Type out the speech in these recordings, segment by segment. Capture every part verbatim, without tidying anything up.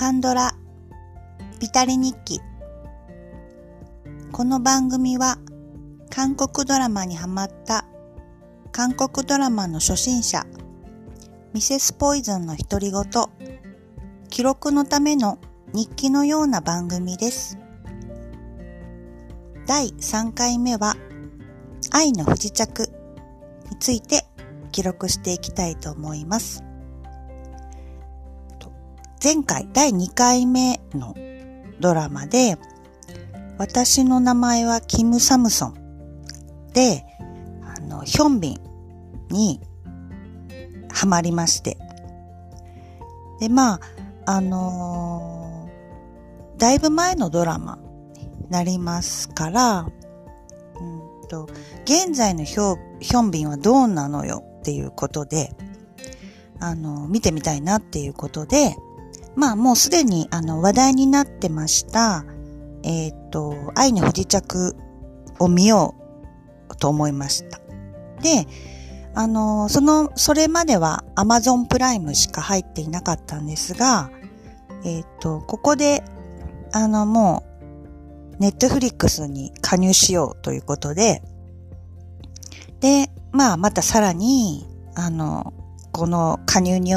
カンドラビタリ日記。この番組は韓国ドラマにハマった韓国ドラマの初心者ミセスポイズンの独り言、記録のための日記のような番組です。だいさんかいめは愛の不時着について記録していきたいと思います。前回だいにかいめのドラマで、私の名前はキム・サムソンで、あの、ヒョンビンにハマりまして。で、まあ、あのー、だいぶ前のドラマになりますから、うんと、現在のヒョ、ヒョンビンはどうなのよっていうことで、あの、見てみたいなっていうことで、まあもうすでにあの話題になってました、えっと、愛の不時着を見ようと思いました。で、あの、その、それまでは Amazon プライムしか入っていなかったんですが、えっと、ここで、あのもう、Netflix に加入しようということで、で、まあまたさらに、あの、この加入によって、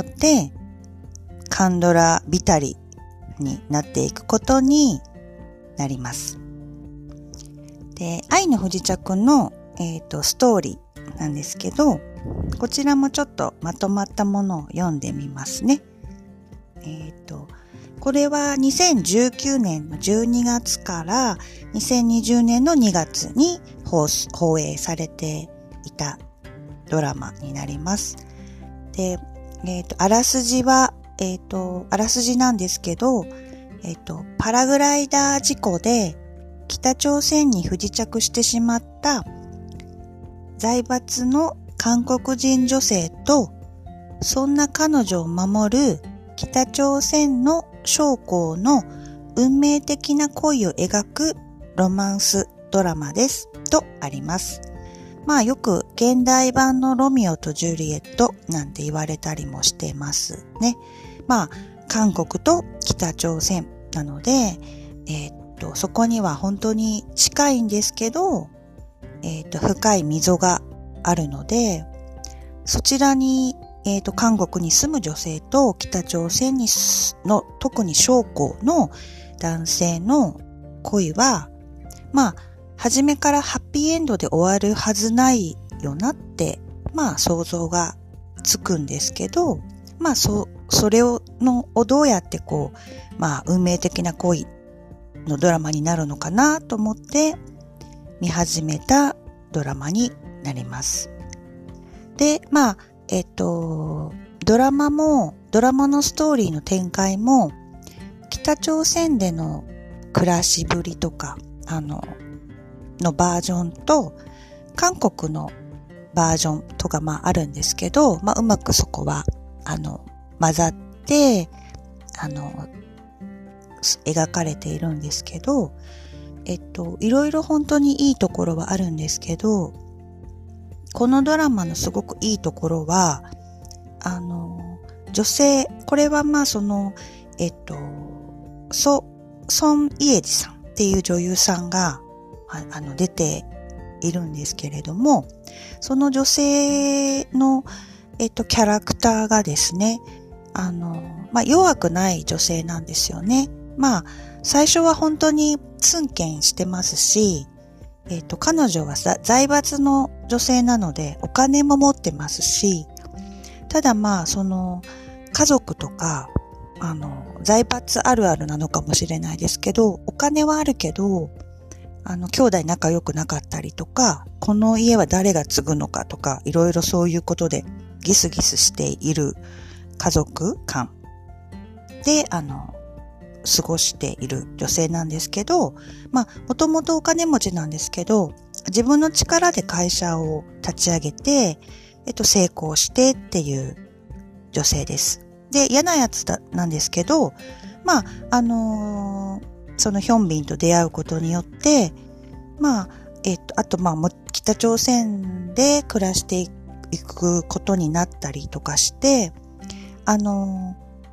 カンドラビタリになっていくことになります。で、愛の不時着の、えっと、ストーリーなんですけど、こちらもちょっとまとまったものを読んでみますね。えっと、これはにせんじゅうきゅうねんのじゅうにがつからにせんにじゅうねんのにがつに放送、放映されていたドラマになります。で、えっと、あらすじは、えっと、あらすじなんですけど、えっと、パラグライダー事故で北朝鮮に不時着してしまった財閥の韓国人女性と、そんな彼女を守る北朝鮮の将校の運命的な恋を描くロマンスドラマです。とあります。まあよく現代版のロミオとジュリエットなんて言われたりもしてますね。まあ韓国と北朝鮮なので、えー、っとそこには本当に近いんですけど、えー、っと深い溝があるので、そちらに、えー、っと韓国に住む女性と北朝鮮にの特に将校の男性の恋は、まあ初めからハッピーエンドで終わるはずないよなって、まあ想像がつくんですけど、まあそ、それを、の、をどうやってこう、まあ運命的な恋のドラマになるのかなと思って見始めたドラマになります。で、まあ、えっと、ドラマも、ドラマのストーリーの展開も、北朝鮮での暮らしぶりとか、あの、のバージョンと韓国のバージョンとかまああるんですけど、まあうまくそこはあの混ざってあの描かれているんですけど、えっといろいろ本当にいいところはあるんですけど、このドラマのすごくいいところはあの女性、これはまあそのえっとソソン・イエジさんっていう女優さんがあの出ているんですけれども、その女性の、えっと、キャラクターがですね、あの、まあ、弱くない女性なんですよね。まあ、最初は本当にツンケンしてますし、えっと、彼女は財閥の女性なのでお金も持ってますし、ただまあ、その、家族とか、あの、財閥あるあるなのかもしれないですけど、お金はあるけど、あの、兄弟仲良くなかったりとか、この家は誰が継ぐのかとか、いろいろそういうことでギスギスしている家族間で、あの、過ごしている女性なんですけど、まあ、もともとお金持ちなんですけど、自分の力で会社を立ち上げて、えっと、成功してっていう女性です。で、嫌なやつだ、なんですけど、まあ、あのー、そのヒョンビンと出会うことによって、まあ、えっと、あとまあ、北朝鮮で暮らしていくことになったりとかして、あの、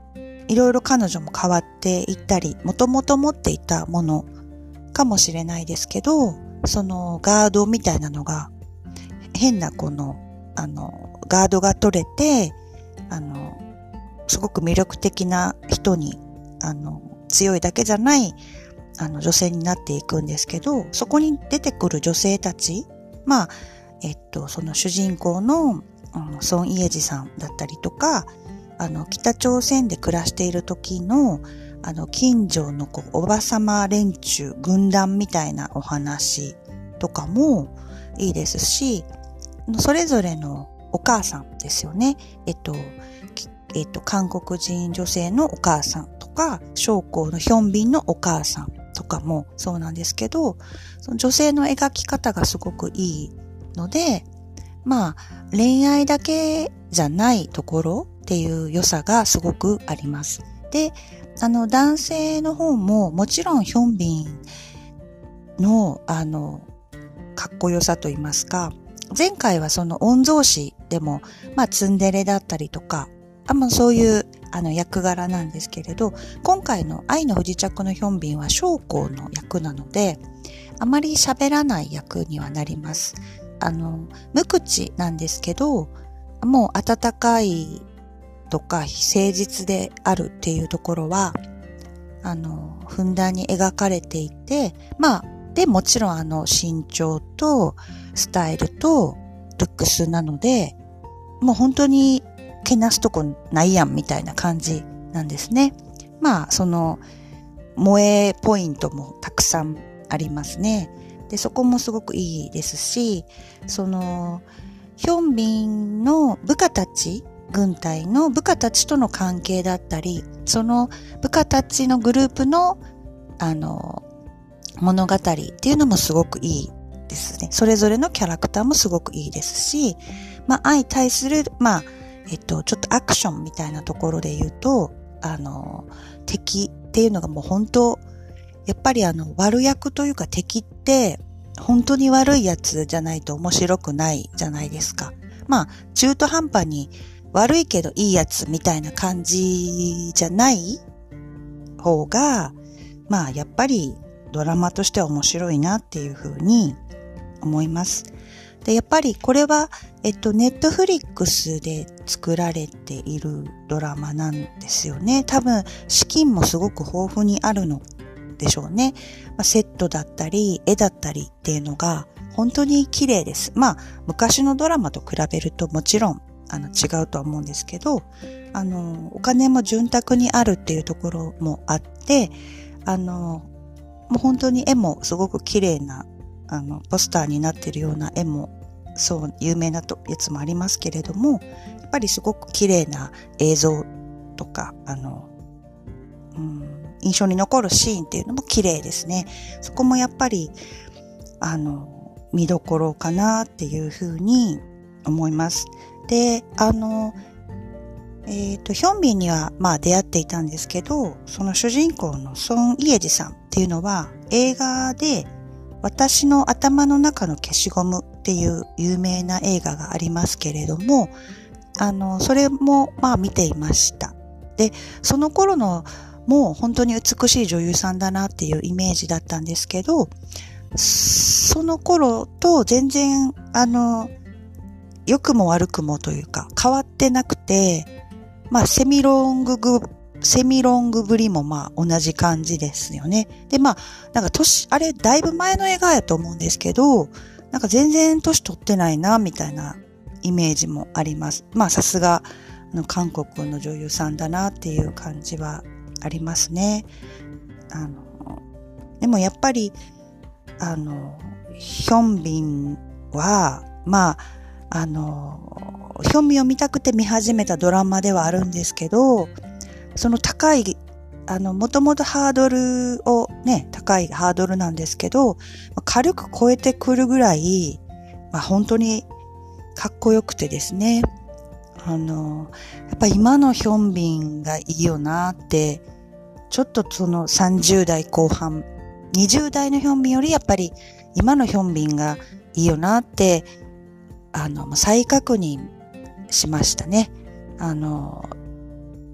いろいろ彼女も変わっていったり、もともと持っていたものかもしれないですけど、そのガードみたいなのが、変なこの、あの、ガードが取れて、あの、すごく魅力的な人に、あの、強いだけじゃない、あの、女性になっていくんですけど、そこに出てくる女性たち、まあ、えっと、その主人公の、うん、ソン・イエジさんだったりとか、あの、北朝鮮で暮らしている時の、あの、近所のこう、おばさま連中、軍団みたいなお話とかもいいですし、それぞれのお母さんですよね。えっと、えっと、韓国人女性のお母さんとか、将校のヒョンビンのお母さんとかもそうなんですけど、その女性の描き方がすごくいいので、まあ、恋愛だけじゃないところっていう良さがすごくあります。で、あの、男性の方ももちろんヒョンビンの、あの、かっこよさと言いますか、前回はその御曹司でも、まあ、ツンデレだったりとか、あまあ、そういうあの役柄なんですけれど、今回の愛の不時着のヒョンビンは将校の役なので、あまり喋らない役にはなります。あの、無口なんですけど、もう温かいとか誠実であるっていうところは、あの、ふんだんに描かれていて、まあ、で、もちろんあの、身長と、スタイルと、ルックスなので、もう本当に、けなすとこないやんみたいな感じなんですね。まあ、その、萌えポイントもたくさんありますね。で、そこもすごくいいですし、その、ヒョンビンの部下たち、軍隊の部下たちとの関係だったり、その部下たちのグループの、あの、物語っていうのもすごくいいですね。それぞれのキャラクターもすごくいいですし、まあ、相対する、まあ、えっと、ちょっとアクションみたいなところで言うと、あの、敵っていうのがもう本当、やっぱりあの、悪役というか敵って、本当に悪いやつじゃないと面白くないじゃないですか。まあ、中途半端に悪いけどいいやつみたいな感じじゃない方が、まあ、やっぱりドラマとしては面白いなっていうふうに思います。で、やっぱりこれは、えっと、ネットフリックスで作られているドラマなんですよね。多分、資金もすごく豊富にあるのでしょうね。まあ、セットだったり、絵だったりっていうのが本当に綺麗です。まあ、昔のドラマと比べるともちろん、あの、違うとは思うんですけど、あの、お金も潤沢にあるっていうところもあって、あの、もう本当に絵もすごく綺麗な、あの、ポスターになっているような絵も、そう、有名なとやつもありますけれども、やっぱりすごく綺麗な映像とか、あの、うん、印象に残るシーンっていうのも綺麗ですね。そこもやっぱり、あの、見どころかなっていうふうに思います。で、あの、えっと、ヒョンビンには、まあ出会っていたんですけど、その主人公のソン・イエジさんっていうのは、映画で、私の頭の中の消しゴムっていう有名な映画がありますけれども、あの、それも、まあ見ていました。で、その頃の、もう本当に美しい女優さんだなっていうイメージだったんですけど、その頃と全然、あの、良くも悪くもというか変わってなくて、まあセミロンググ、セミロングぶりもまあ同じ感じですよね。でまあ、なんか年、あれだいぶ前の映画やと思うんですけど、なんか全然年取ってないな、みたいなイメージもあります。まあさすが、あの韓国の女優さんだなっていう感じはありますね。あの、でもやっぱり、あの、ヒョンビンは、まあ、あの、ヒョンビンを見たくて見始めたドラマではあるんですけど、その高い、あの、もともとハードルをね、高いハードルなんですけど、軽く超えてくるぐらい、まあ本当にかっこよくてですね、あの、やっぱ今のヒョンビンがいいよなって、ちょっとそのさんじゅう代後半、にじゅう代のヒョンビンよりやっぱり今のヒョンビンがいいよなって、あの、再確認しましたね。あの、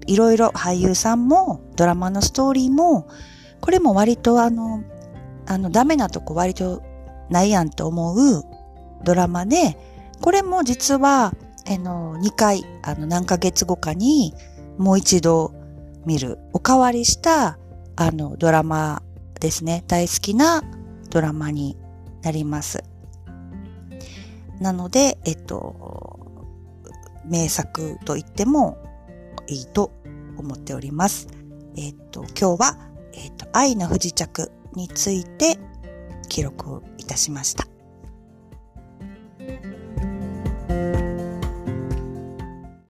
いろいろ俳優さんもドラマのストーリーも、これも割とあの、あのダメなとこ割とないやんと思うドラマで、これも実は、あの、にかい、あの、何ヶ月後かにもう一度見る、おかわりした、あの、ドラマですね。大好きなドラマになります。なので、えっと、名作と言ってもいいと思っております。えっと、今日は、えっと、愛の不時着について記録いたしました。